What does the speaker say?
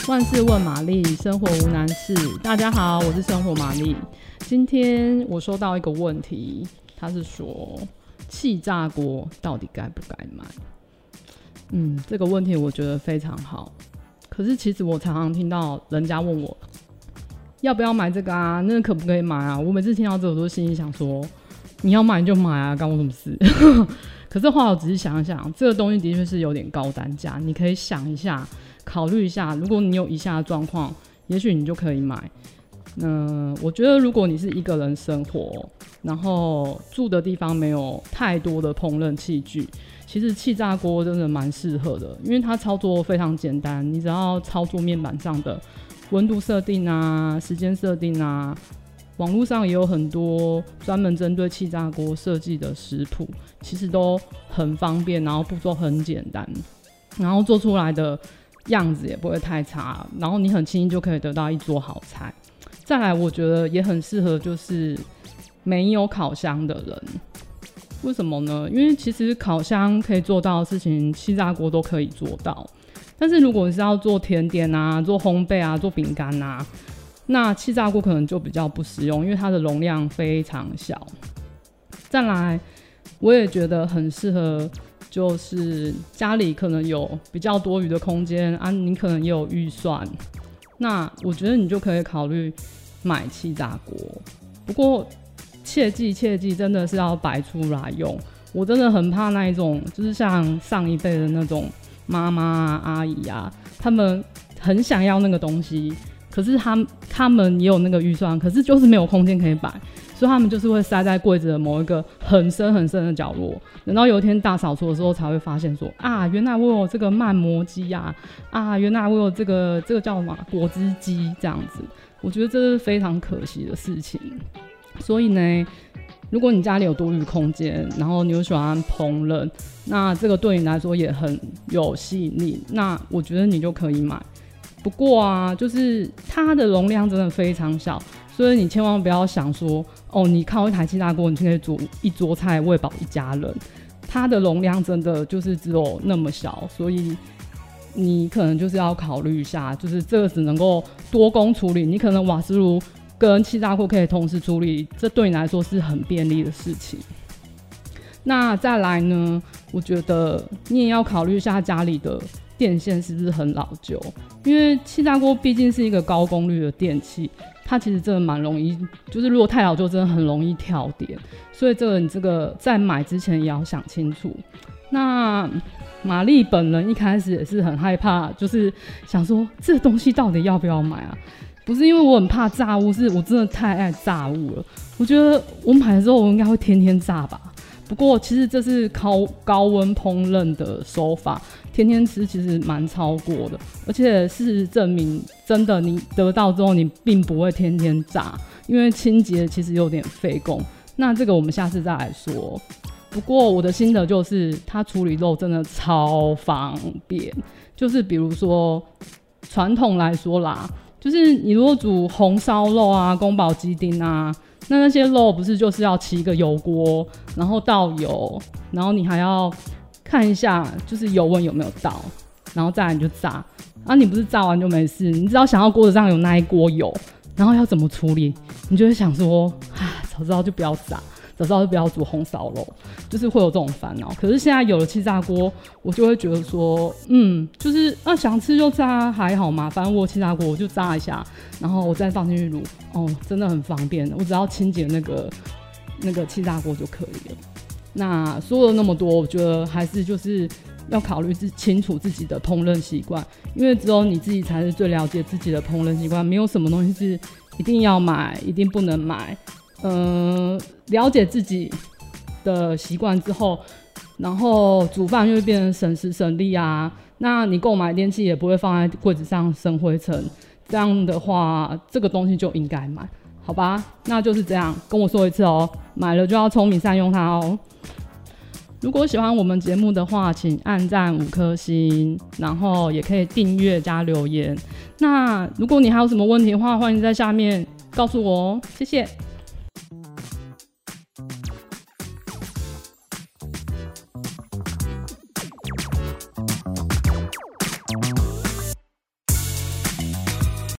万事问玛丽，生活无难事。大家好，我是生活玛丽。今天我收到一个问题，他是说气炸锅到底该不该买？这个问题我觉得非常好。可是其实我常常听到人家问我要不要买这个啊，那个可不可以买啊？我每次听到这我都心里想说，你要买就买啊，干我什么事？可是后来我仔细想一想，这个东西的确是有点高单价，你可以想一下，考虑一下，如果你有以下的状况，也许你就可以买。我觉得如果你是一个人生活，然后住的地方没有太多的烹饪器具，其实气炸锅真的蛮适合的，因为它操作非常简单，你只要操作面板上的温度设定啊、时间设定啊，网络上也有很多专门针对气炸锅设计的食谱，其实都很方便，然后步骤很简单，然后做出来的样子也不会太差，然后你很轻易就可以得到一桌好菜。再来我觉得也很适合就是没有烤箱的人。为什么呢？因为其实烤箱可以做到的事情，气炸锅都可以做到。但是如果你是要做甜点啊、做烘焙啊、做饼干啊，那气炸锅可能就比较不实用，因为它的容量非常小。再来我也觉得很适合就是家里可能有比较多余的空间啊，你可能也有预算，那我觉得你就可以考虑买气炸锅。不过切记真的是要摆出来用，我真的很怕那一种就是像上一辈的那种妈妈啊、阿姨啊，他们很想要那个东西，可是他们也有那个预算，可是就是没有空间可以摆，所以他们就是会塞在柜子的某一个很深很深的角落，等到有一天大扫除的时候才会发现说啊，原来我有这个慢磨机啊，原来我有这个叫什么果汁机这样子。我觉得这是非常可惜的事情。所以呢，如果你家里有多余空间，然后你又喜欢烹饪，那这个对你来说也很有吸引力，那我觉得你就可以买。不过啊，就是它的容量真的非常小，所以你千万不要想说你靠一台气炸锅你就可以煮一桌菜喂饱一家人。它的容量真的就是只有那么小，所以你可能就是要考虑一下，就是这个只能够多工处理，你可能瓦斯炉跟气炸锅可以同时处理，这对你来说是很便利的事情。那再来呢，我觉得你也要考虑一下家里的电线是不是很老旧，因为气炸锅毕竟是一个高功率的电器，它其实真的蛮容易，就是如果太老旧真的很容易跳电，所以你这个在买之前也要想清楚。那玛丽本人一开始也是很害怕，就是想说这个东西到底要不要买啊？不是因为我很怕炸物，是我真的太爱炸物了。我觉得我买了之后我应该会天天炸吧。不过其实这是高温烹饪的手法，天天吃其实蛮超过的，而且事实证明真的你得到之后你并不会天天炸，因为清洁其实有点费工。那这个我们下次再来说。不过我的心得就是它处理肉真的超方便，就是比如说传统来说啦，就是你如果煮红烧肉啊、宫保鸡丁啊，那些肉不是就是要起一个油锅，然后倒油，然后你还要看一下就是油温有没有到，然后再来你就炸啊，你不是炸完就没事，你只要想到锅子上有那一锅油，然后要怎么处理，你就会想说早知道就不要炸，早知道就不要煮红烧肉，就是会有这种烦恼。可是现在有了气炸锅，我就会觉得说就是想吃就炸还好嘛，反正我有气炸锅我就炸一下，然后我再放进去卤，真的很方便，我只要清洁那个气炸锅就可以了。那说了那么多，我觉得还是就是要考虑清楚自己的烹饪习惯，因为只有你自己才是最了解自己的烹饪习惯，没有什么东西是一定要买一定不能买。了解自己的习惯之后，然后煮饭就会变成省时省力啊，那你购买电器也不会放在柜子上生灰尘，这样的话这个东西就应该买，好吧？那就是这样，跟我说一次买了就要聪明善用它如果喜欢我们节目的话，请按赞5颗星，然后也可以订阅加留言。那如果你还有什么问题的话，欢迎在下面告诉我谢谢。